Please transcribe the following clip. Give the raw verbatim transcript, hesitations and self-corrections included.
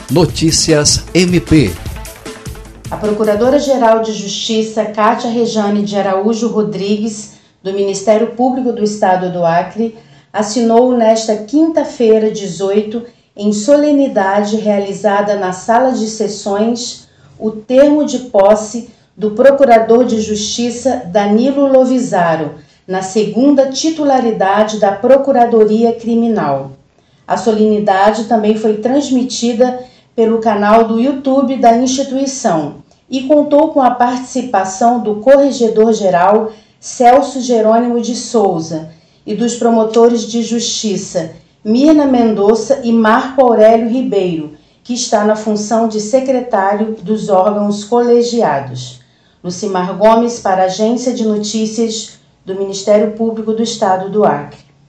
Notícias M P. A Procuradora-Geral de Justiça, Kátia Rejane de Araújo Rodrigues, do Ministério Público do Estado do Acre, assinou nesta quinta-feira, dezoito, em solenidade realizada na Sala de Sessões, o termo de posse do Procurador de Justiça Danilo Lovisaro, na segunda titularidade da Procuradoria Criminal. A solenidade também foi transmitida pelo canal do YouTube da instituição e contou com a participação do Corregedor-Geral Celso Jerônimo de Souza e dos promotores de justiça Mirna Mendonça e Marco Aurélio Ribeiro, que está na função de secretário dos órgãos colegiados. Lucimar Gomes, para a Agência de Notícias do Ministério Público do Estado do Acre.